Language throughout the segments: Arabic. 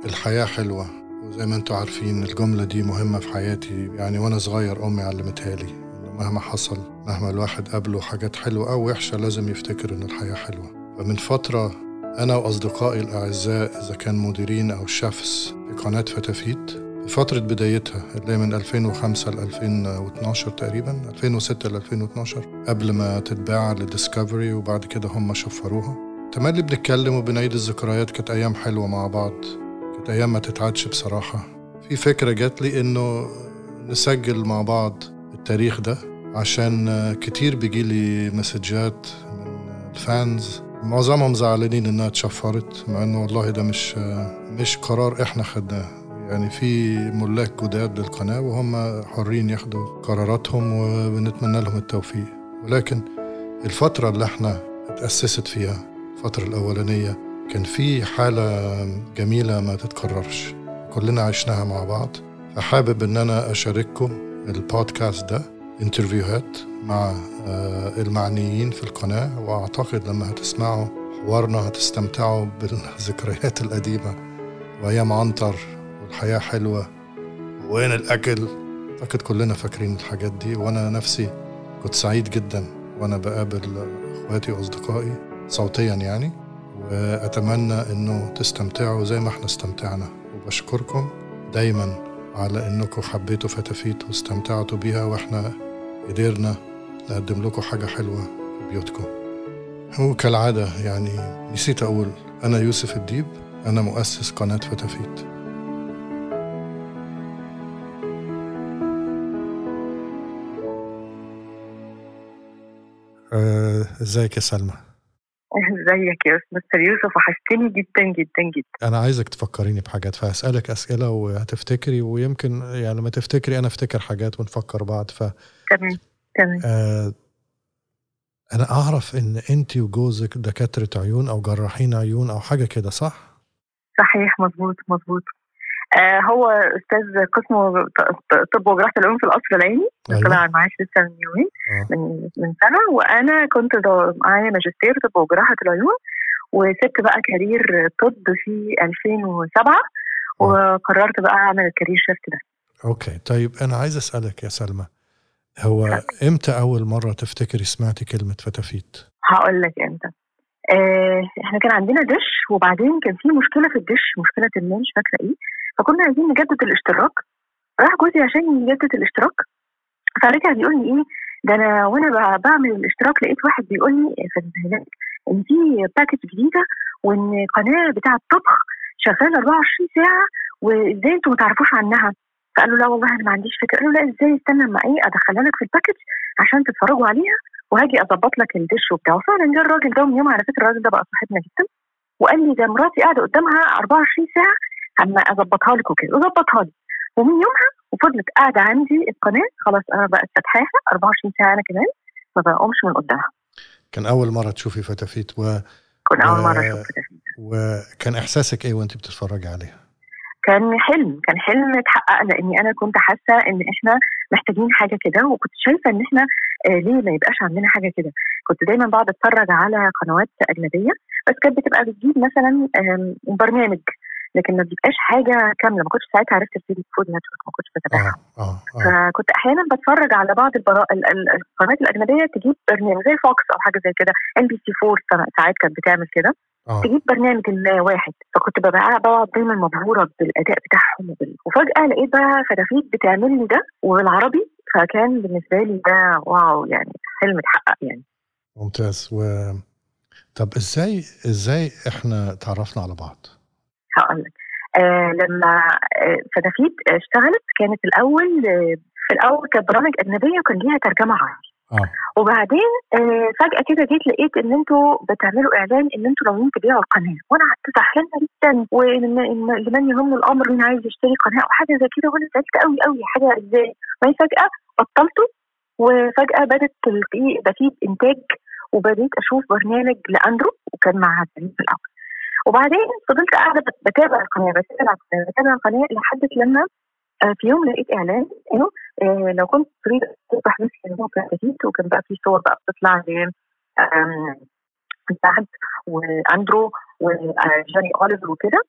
الحياة حلوة، وزي ما انتوا عارفين الجملة دي مهمة في حياتي. يعني وانا صغير امي علمتها لي انه مهما حصل، مهما الواحد قابله حاجات حلوة او وحشة، لازم يفتكر ان الحياة حلوة. فمن فترة انا واصدقائي الاعزاء، اذا كان مديرين او شيفs في قناة فتافيت، في فترة بدايتها اللي هي من 2005 ل 2012 تقريبا، 2006 ل 2012، قبل ما تتباع لديسكفري وبعد كده هم شفروها، تملي بنتكلم وبنعيد الذكريات. كانت ايام حلوة مع بعض، كانت أيام ما تتعدش بصراحة. في فكرة جات لي إنه نسجل مع بعض التاريخ ده، عشان كتير بيجيلي مسجات من الفانز، معظمهم زعلانين إنها اتشفرت، مع إنه والله ده مش قرار إحنا خدناه. يعني في ملاك جداد للقناة وهم حرين ياخدوا قراراتهم، وبنتمنى لهم التوفيق. ولكن الفترة اللي احنا اتأسست فيها، الفترة الأولانية، كان في حالة جميلة ما تتكررش، كلنا عشناها مع بعض. فحابب ان انا اشارككم البودكاست ده، انترفيوهات مع المعنيين في القناة، واعتقد لما هتسمعوا حوارنا هتستمتعوا بالذكريات القديمة، وايام عنتر والحياة حلوة وين الاكل. اعتقد كلنا فاكرين الحاجات دي، وانا نفسي كنت سعيد جدا وانا بقابل اخواتي واصدقائي صوتيا يعني. وأتمنى أنه تستمتعوا زي ما احنا استمتعنا، وبشكركم دايما على أنكم حبيتوا فتافيت واستمتعتوا بيها، وإحنا قدرنا نقدم لكم حاجة حلوة في بيوتكم. هو كالعادة يعني نسيت أقول، أنا يوسف الديب، أنا مؤسس قناة فتافيت. ازيك يا سلمى؟ ازيك يا مستر يوسف، وحشتني جدا جدا جدا. انا عايزك تفكريني بحاجات، فهسألك اسئله وهتفتكري، ويمكن يعني ما تفتكري انا افتكر حاجات ونفكر بعض. تمام. انا اعرف ان انتي وجوزك دكاتره عيون او جراحين عيون او حاجه كده، صح؟ صحيح، مظبوط. هو استاذ قسم طب وجراحه العيون في القصر العيني. أيوة. طلع المعاش لسه من يومين. من سنه، وانا كنت معايا ماجستير طب وجراحه العيون، وسبت بقى كارير طب في 2007 وقررت بقى اعمل الكارير شيفت ده. اوكي، طيب انا عايز اسالك يا سلمى، هو امتى اول مره تفتكري سمعتي كلمه فتافيت؟ هقول لك امتى. احنا كان عندنا دش، وبعدين كان في مشكله في الدش، مشكله ما مش فاكره ايه، فكنا عايزين نجدد الاشتراك. راح جوزي عشان يجدد الاشتراك، فرجع بيقول لي ايه ده، انا وانا بعمل الاشتراك لقيت واحد بيقول لي هناك ان في باكج جديده، وان قناه بتاعه طبخ شغاله 24 ساعه، وازاي انتوا ما تعرفوش عنها؟ فقالوا لا والله انا ما عنديش فكره. قالوا لا ازاي، استنى اما ايه ادخلها لك في الباكج عشان تتفرجوا عليها، وهاجي اظبط لك الدش وبتاعه. فعلا جه الراجل ده، من يوم على فكره الراجل ده بقى صاحبنا جدا، وقال لي ده مراتي قاعده قدامها 24 ساعه اما اظبطها لك وكده، وظبطها لي. ومن يومها وفضلت قاعده عندي القناه، خلاص انا بقت فاتحاها 24 ساعه، انا كمان ما بقومش من قدامها. كان اول مره تشوفي فتافيت كنت اول مره اشوف فتافيت. وكان احساسك ايه وانت بتتفرجي عليها؟ كان حلم اتحقق، لاني انا كنت حاسه ان احنا محتاجين حاجه كده، وكنت شايفه ان احنا ليه ما يبقاش عندنا حاجه كده. كنت دايما بقعد اتفرج على قنوات اجنبيه، بس كانت بتبقى بتجيب مثلا برنامج، لكن ما بيبقاش حاجه كامله. ما كنتش ساعتها عرفت ابتدي فود نتورك، ما كنتش بتابعها. فكنت احيانا بتفرج على بعض القنوات الاجنبيه تجيب برنامج زي فوكس او حاجه زي كده، NBC 4 ساعات كانت بتعمل كده، تجيب برنامج واحد. فكنت بقعد دايما مبهوره بالاداء بتاعهم، وفجاه لقيت بقى فتافيت بتعمل لي ده وبالعربي، فكان بالنسبه لي ده واو، يعني حلم اتحقق يعني. ممتاز. طب ازاي احنا تعرفنا على بعض؟ هقول لك. لما فتافيت اشتغلت، كانت في الاول كانت برامج اجنبيه وكان ليها ترجمه عربي. وبعدين فجأة كده جيت لقيت ان انتوا بتعملوا اعلان ان انتوا ناويين تبيعوا القناة، وانا قعدت زعلانة جدا، ولمن يهم الامر مين عايز يشتري قناة او حاجة زي كده، وانا زعلت قوي حاجة ازاي. وبعدين فجأة بطلته، وفجأة بدت يبقى فيه انتاج، وبديت اشوف برنامج لاندرو وكان مع سليم في الاول. وبعدين فضلت قاعدة بتابع القناة لحد لما في يوم لقيت اعلان انه لو كنت تريد تصبح مثل فتافيت، وكان بقى في صور بقى بتطلع ل سعد واندرو وجوني اوليفر وكده.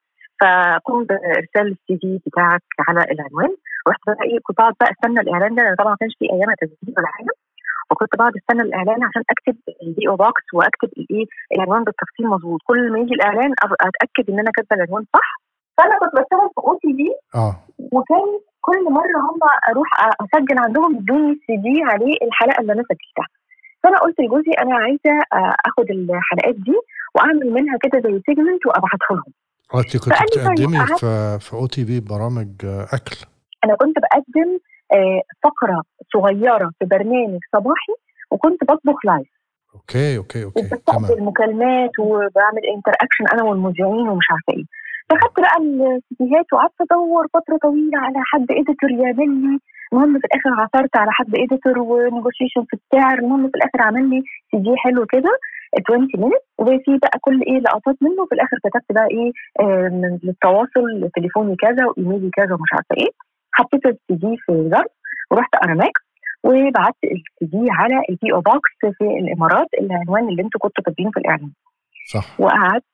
فقمت بارسال السي في بتاعك على العنوان. رحت بقى كنت بقعد بقى استنى الاعلان ده، طبعا ما كانش في ايامها تسجيل ولا حاجه، وكنت بقعد استنى الاعلان عشان اكتب البي او بوكس واكتب العنوان بالتفصيل مظبوط. كل ما يجي الاعلان اتاكد ان انا كاتبه العنوان صح. فانا كنت بشتغل في او تي في، وكان كل مره هم اروح اسجل عندهم بدون سي دي عليه الحلقه اللي انا سجلتها. فانا قلت لجوزي انا عايزه اخد الحلقات دي واعمل منها كده زي سيجمنت وابعتها لهم. انت كنت بتقدمي في او تي في برامج اكل؟ انا كنت بقدم فقره صغيره في برنامج صباحي، وكنت بطبخ لايف. اوكي وبستقبل مكالمات وبعمل انتر اكشن انا والمذيعين ومش عارفه ايه. فخدت بقى السيديهات وقعدت ادور فتره طويله على حد اديتور يعمل لي. المهم في الاخر عثرت على حد اديتور ونيجوشيشن في السعر. المهم في الاخر عمل لي سي دي حلو كده 20 minutes، وفي بقى كل لقطات منه. في الاخر كتبت بقى للتواصل تليفوني كذا وايميلي كذا ومش عارفه ايه. حطيت السي دي في ظرف ورحت اراماكس وبعت السي دي على البي او بوكس في الامارات، العنوان اللي انتوا كنتوا كاتبينه في الاعلان. صح. وقعدت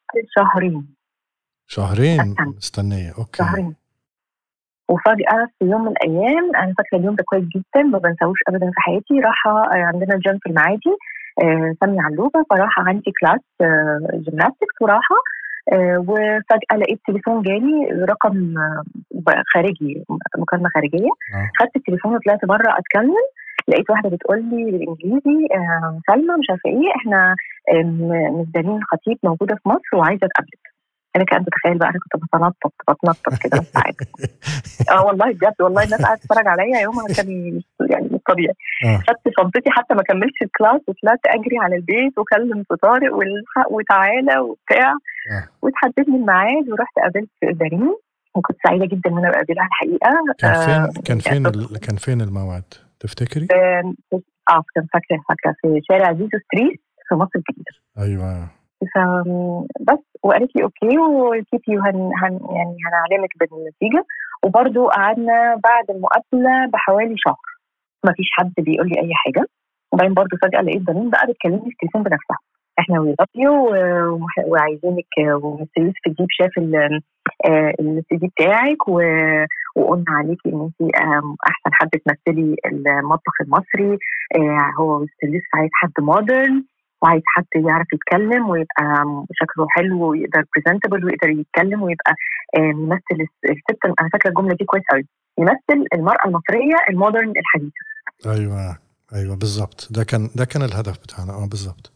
شهرين مستنيه. اوكي. شهرين. وفجأة في يوم من الأيام، أنا فاكرة اليوم ده كويس جدا ما بنساهوش أبدا في حياتي، راح عندنا جيم في المعادي سامي علوبة، فراح عندي كلاس جيمناستكس وراحة وفجأة لقيت تليفون جالي رقم خارجي، مكالمة خارجية. خدت التليفون وطلعت بره أتكلم، لقيت واحدة بتقول لي بالإنجليزي سلمى مش عارفة إيه، إحنا مزدانين خطيب موجودة في مصر وعايزة أتقابلك. انا كنت بتخيل بقى انا كنت بتنطط كده ساعات. والله بجد، والله الناس قاعده تتفرج عليا يومها، كان يعني مش طبيعي. خدت شنطتي حتى ما كملتش الكلاس وطلعت اجري على البيت وكلمت طارق والحق وتعالى وبتاع، وتحددني الميعاد ورحت قابلت دارين، وكنت سعيده جدا ان انا بقابلها الحقيقه. كان فين الموعد تفتكري؟ كان فاكره في شارع زيزو ستريت في مصر الجديده. ايوه. بس وقالت لي اوكي وكيبي يعني هنعلمك بالنتيجه. وبرضو قعدنا بعد المقابله بحوالي شهر ما فيش حد بيقول لي اي حاجه. وبعدين برضو فجاه لقيت دارين بقى بتكلمني في التليفون بنفسها، احنا ويلافيو وعايزينك، ومستر في الجيب شاف السي دي بتاعك وقلنا عليكي ان انت احسن حد تمثلي المطبخ المصري. هو مستر عايز حد مودرن وعايز حد يعرف يتكلم ويبقى شكله حلو ويقدر بريزنتبل ويقدر يتكلم ويبقى يمثل الست. انا فاكره الجمله دي كويس قوي، يمثل المراه المصريه المودرن الحديثه. ايوه بالظبط، ده كان الهدف بتاعنا. بالظبط.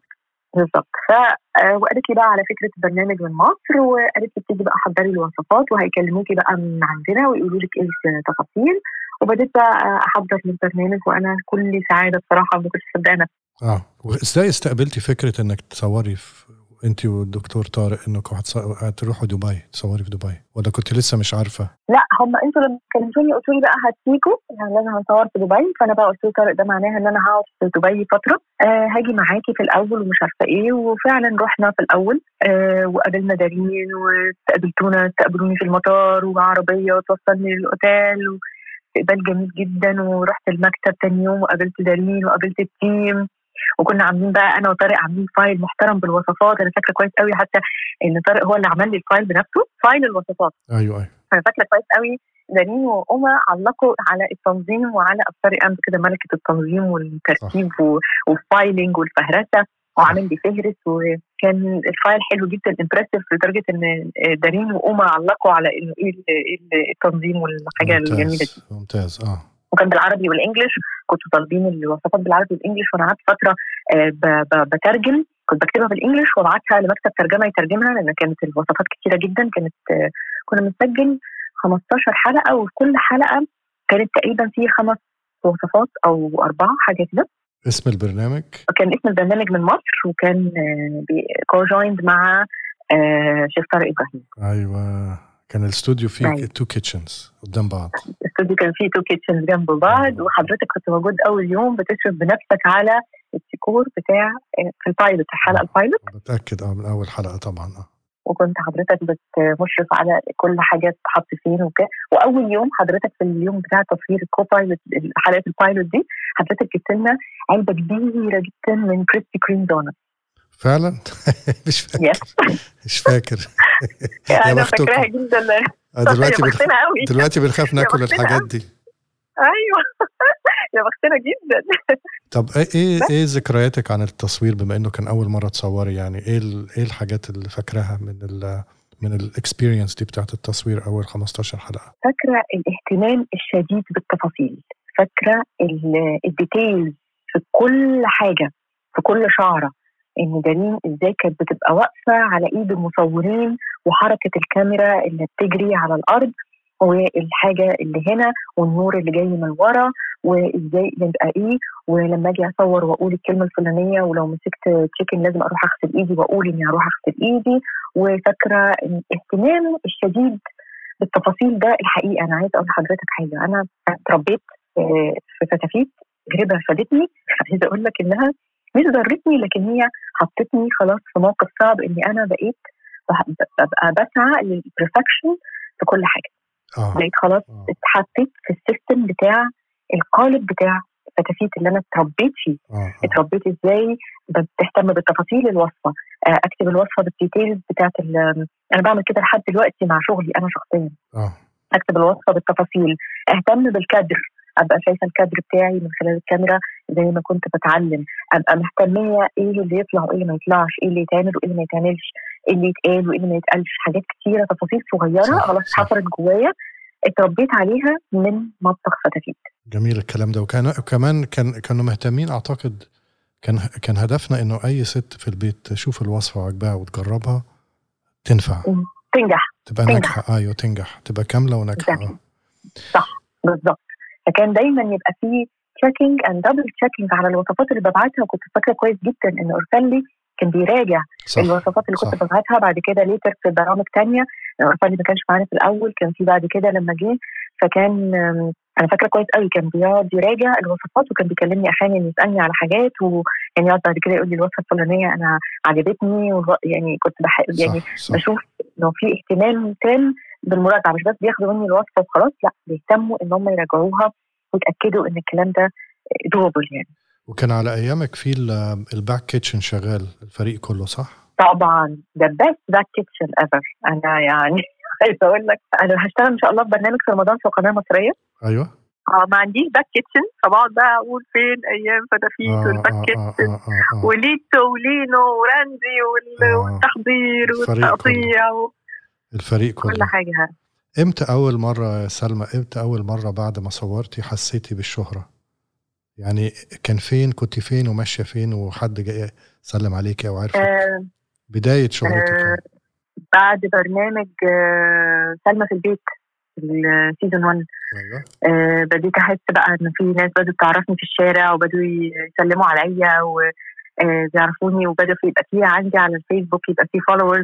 وقالت لي بقى على فكره برنامج من مصر، وقالت لي تيجي بقى حضري الوصفات وهيكلموكي بقى من عندنا ويقولوا لك ايه التفاصيل. وبدأت بقى احضر للبرنامج وانا كل سعاده بصراحه ما كنتش مصدقه نفسي. وازاي استقبلتي فكره انك تصوري انت والدكتور طارق انكم هتروحوا دبي تصوري في دبي، ولا كنت لسه مش عارفه؟ لا، هم انتوا لما كلمتوني قلتوا لي بقى هتيجوا يعني لازم هنصور في دبي. فانا بقى قلت له طارق ده معناها ان انا هقعد في دبي فتره، هاجي معاكي في الاول ومش عارفه ايه. وفعلا رحنا في الاول وقابلنا دارين استقبلوني في المطار وعربيه وتوصلني للاوتيل استقبال جميل جدا. ورحت المكتب تاني يوم وقابلت دارين وقابلت التيم، وكنا عاملين بقى انا وطارق عاملين فايل محترم بالوصفات. انا فاكره كويس قوي حتى ان طارق هو اللي عمل لي الفايل بنفسه، فايل الوصفات. ايوه انا فاكره كويس قوي دارين وأمة علقوا على التنظيم وعلى افكار قامت كده ملكه التنظيم والترتيب والفايلنج والفهرسه، وعامل لي فهرس. وكان الفايل حلو جدا امبرسيف لدرجه ان دارين وأمة علقوا على انه ايه التنظيم والحاجه الجميله دي. ممتاز. وكان بالعربي والانجليش، كنتوا طالبين الوصفات بالعربي والانجليش، وانا قعدت فتره بترجم، كنت بكتبها بالانجليش وابعتها لمكتب ترجمه يترجمها، لان كانت الوصفات كتيره جدا. كنا بنسجل 15 حلقه، وفي كل حلقه كانت تقريبا فيه 5 وصفات او 4 حاجه كده. اسم البرنامج كان اسم البرنامج من مصر، وكان كوجويند مع شيف طارق ابراهيم. ايوه، كان الاستوديو فيه 2 كيتشنز قدام بعض. الاستوديو كان فيه 2 كيتشنز جنب بعض، وحضرتك كنت موجود اول يوم بتشرف بنفسك على الديكور بتاع في البايلوت، الحلقه البايلوت. بتاكد من اول حلقه طبعا. وكنت حضرتك بتشرف على كل حاجه تتحط فين وكده. واول يوم حضرتك في اليوم بتاع تصوير الكوبايلوت، حلقه البايلوت دي، حضرتك جبت لنا علبه كبيره جدا من كريسبي كريم دونت. فعلا؟ مش فاكر. انا فاكراها جدا. دلوقتي بنخاف ناكل الحاجات دي. ايوه يا بختنا جدا. طب ايه ذكرياتك عن التصوير بما انه كان اول مره تصوري؟ يعني ايه الحاجات اللي فاكراها من الاكسبيرينس دي بتاعت التصوير اول 15 حلقه؟ فاكره الاهتمام الشديد بالتفاصيل، فاكره الديتيلز في كل حاجه، في كل شعره، ان دارين ازاي كانت بتبقى واقفه على ايد المصورين، وحركه الكاميرا اللي بتجري على الارض، والحاجه اللي هنا، والنور اللي جاي من ورا، وازاي يبقى ايه، ولما اجي اصور واقول الكلمه الفلانيه، ولو مسكت تشيكن لازم اروح اغسل ايدي واقول اني هروح اغسل ايدي. وفاكره الاهتمام الشديد بالتفاصيل ده. الحقيقه انا عايزه اقول لحضرتك حاجه، انا اتربيت في فتافيت، تجربه فادتني. عايزه اقول لك انها مش ضرتني، لكن هي حطتني خلاص في موقف صعب، اني انا بقيت ببقى بسعى للبرفكشن في كل حاجه. بقيت خلاص اتحطيت في السيستم بتاع القالب بتاع الفتافيت اللي انا اتربيت فيه. اتربيت ازاي بتهتم بالتفاصيل الوصفه، اكتب الوصفه بالديتيلز بتاعت انا بعمل كده لحد دلوقتي مع شغلي انا شخصيا. اكتب الوصفه بالتفاصيل، اهتم بالكادر، ابقى شايفه الكادر بتاعي من خلال الكاميرا زي ما كنت بتعلم، ابقى مهتميه ايه اللي يطلع وايه اللي ما يطلعش، ايه اللي يتعمل وايه اللي ما يتعملش، ايه اللي يتقال وايه اللي ما يتقالش. حاجات كتيره، تفاصيل صغيره خلاص حفرت جوايا، اتربيت عليها من مطبخ فتافيت. جميل الكلام ده. وكمان كانوا مهتمين، اعتقد كان هدفنا انه اي ست في البيت تشوف الوصفه وعجبها وتجربها تنفع، تنجح، تبقى ناجحه. ايوه تنجح، تبقى كامله وناجحه. صح بالظبط. فكان دايما يبقى فيه تشيكينج اند دبل تشيكينج على الوصفات اللي ببعتها. وكنت فاكره كويس جدا ان أرسلي كان بيراجع الوصفات اللي كنت ببعتها بعد كده ليتر في برامج تانية. أرسلي ما كانش معانا في الاول، كان في بعد كده لما جه. فكان انا فاكره كويس قوي كان بيقعد يراجع الوصفات، وكان بيكلمني احيانا يسالني على حاجات، ويعني يقعد بعد كده يقول لي الوصفه الفلانيه انا عجبتني. يعني كنت يعني صح. بشوف انه في اهتمام تام بالمراجعه، مش بس بياخدوا مني الوصفه وخلاص، لا بيهتموا ان هم يراجعوها ويتاكدوا ان الكلام ده دوبل يعني. وكان على ايامك في الباك كيتشن شغال الفريق كله صح؟ طبعا ده بس باك كيتشن ايفر. انا يعني عايز اقول لك انا هشتغل ان شاء الله في برنامج في رمضان في قناه مصريه. ايوه ما عنديش باك كيتشن، فبقعد بقى اقول فين ايام فتافيت والباك كيتشن وليتو ولينو ورانزي والتحضير والتقطيع الفريق كله كل حاجه. امتى اول مره يا سلمى، امتى اول مره بعد ما صورتي حسيتي بالشهره؟ يعني كان فين، كنت فين وماشيه فين وحد جاي سلم عليكي او عارفك؟ بدايه شهرتك بعد برنامج سلمى في البيت السيزون 1. ايوه بديت احس بقى ان في ناس بدأت تعرفني في الشارع، وبدوا يسلموا عليا وبيعرفوني، وبدأ يبقى فيه عندي على الفيسبوك يبقى فيه فولورز،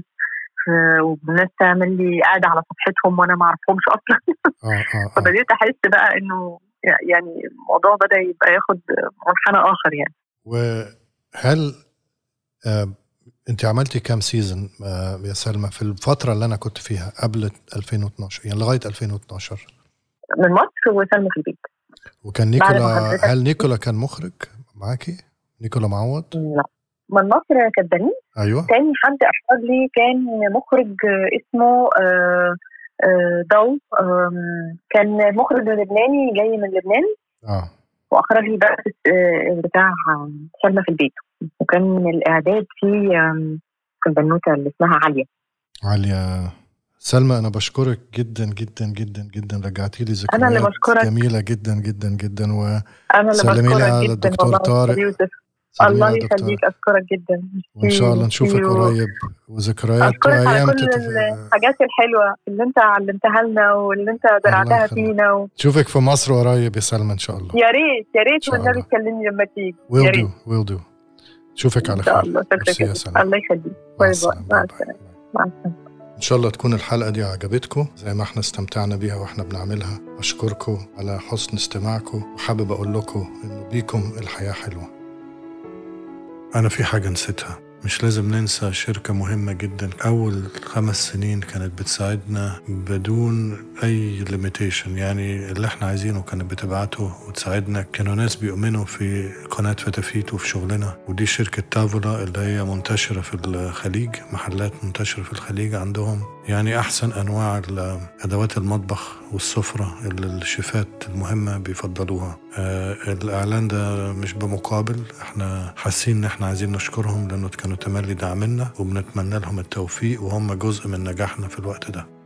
والناس تعمل لي قاعده على صفحتهم وانا ما اعرفهمش اصلا. فبديت احس بقى انه يعني الموضوع بدأ يبقى ياخد منحنى اخر يعني. وهل انت عملتي كام سيزن يا سلمى في الفتره اللي انا كنت فيها قبل 2012 يعني لغايه 2012 من مصر وسلمى في البيت؟ وكان نيكولا، هل نيكولا كان مخرج معاكي؟ نيكولا معوض؟ لا من مصر كداني. ايوه تاني حد اخرج لي كان مخرج اسمه ضو، كان مخرج لبناني جاي من لبنان. واخرج لي بقى بتاع سلمى في البيت، وكان الاعداد في البنوته اللي اسمها عليا. سلمى انا بشكرك جدا جدا جدا جدا، رجعتي لي ذكريات جميله جدا جدا جدا. وسلمي لي على الدكتور طارق. الله يخليك، أشكرك جدا، وإن شاء الله نشوفك قريب وذكريات أشكرك على كل الحاجات الحلوة اللي أنت علمتها لنا واللي أنت زرعتها فينا نشوفك في مصر قريب يا سلمى إن شاء الله. يا ريت والنبي تكلمني لما تيجي. ويل دو نشوفك على خير. الله يخليك. الله يخليك. باي باي. مع السلامة. إن شاء الله تكون الحلقة دي عجبتكم زي ما احنا استمتعنا بيها واحنا بنعملها. أشكركم على حسن استماعكم، وحابب أقول لكم إنه بيكم الحياة حلوة. أنا في حاجة نسيتها، مش لازم ننسى شركة مهمة جدا أول 5 سنين كانت بتساعدنا بدون اي ليميتيشن. يعني اللي احنا عايزينه كانت بتبعته وتساعدنا. كانوا ناس بيؤمنوا في قناة فتافيت وفي شغلنا، ودي شركة تافولا اللي هي منتشرة في الخليج، محلات منتشرة في الخليج، عندهم يعني احسن انواع ادوات المطبخ والسفرة اللي الشيفات المهمة بيفضلوها. الاعلان ده مش بمقابل، احنا حاسين ان احنا عايزين نشكرهم لانه كانوا تملي دعمنا، وبنتمنى لهم التوفيق، وهم جزء من نجاحنا في الوقت ده.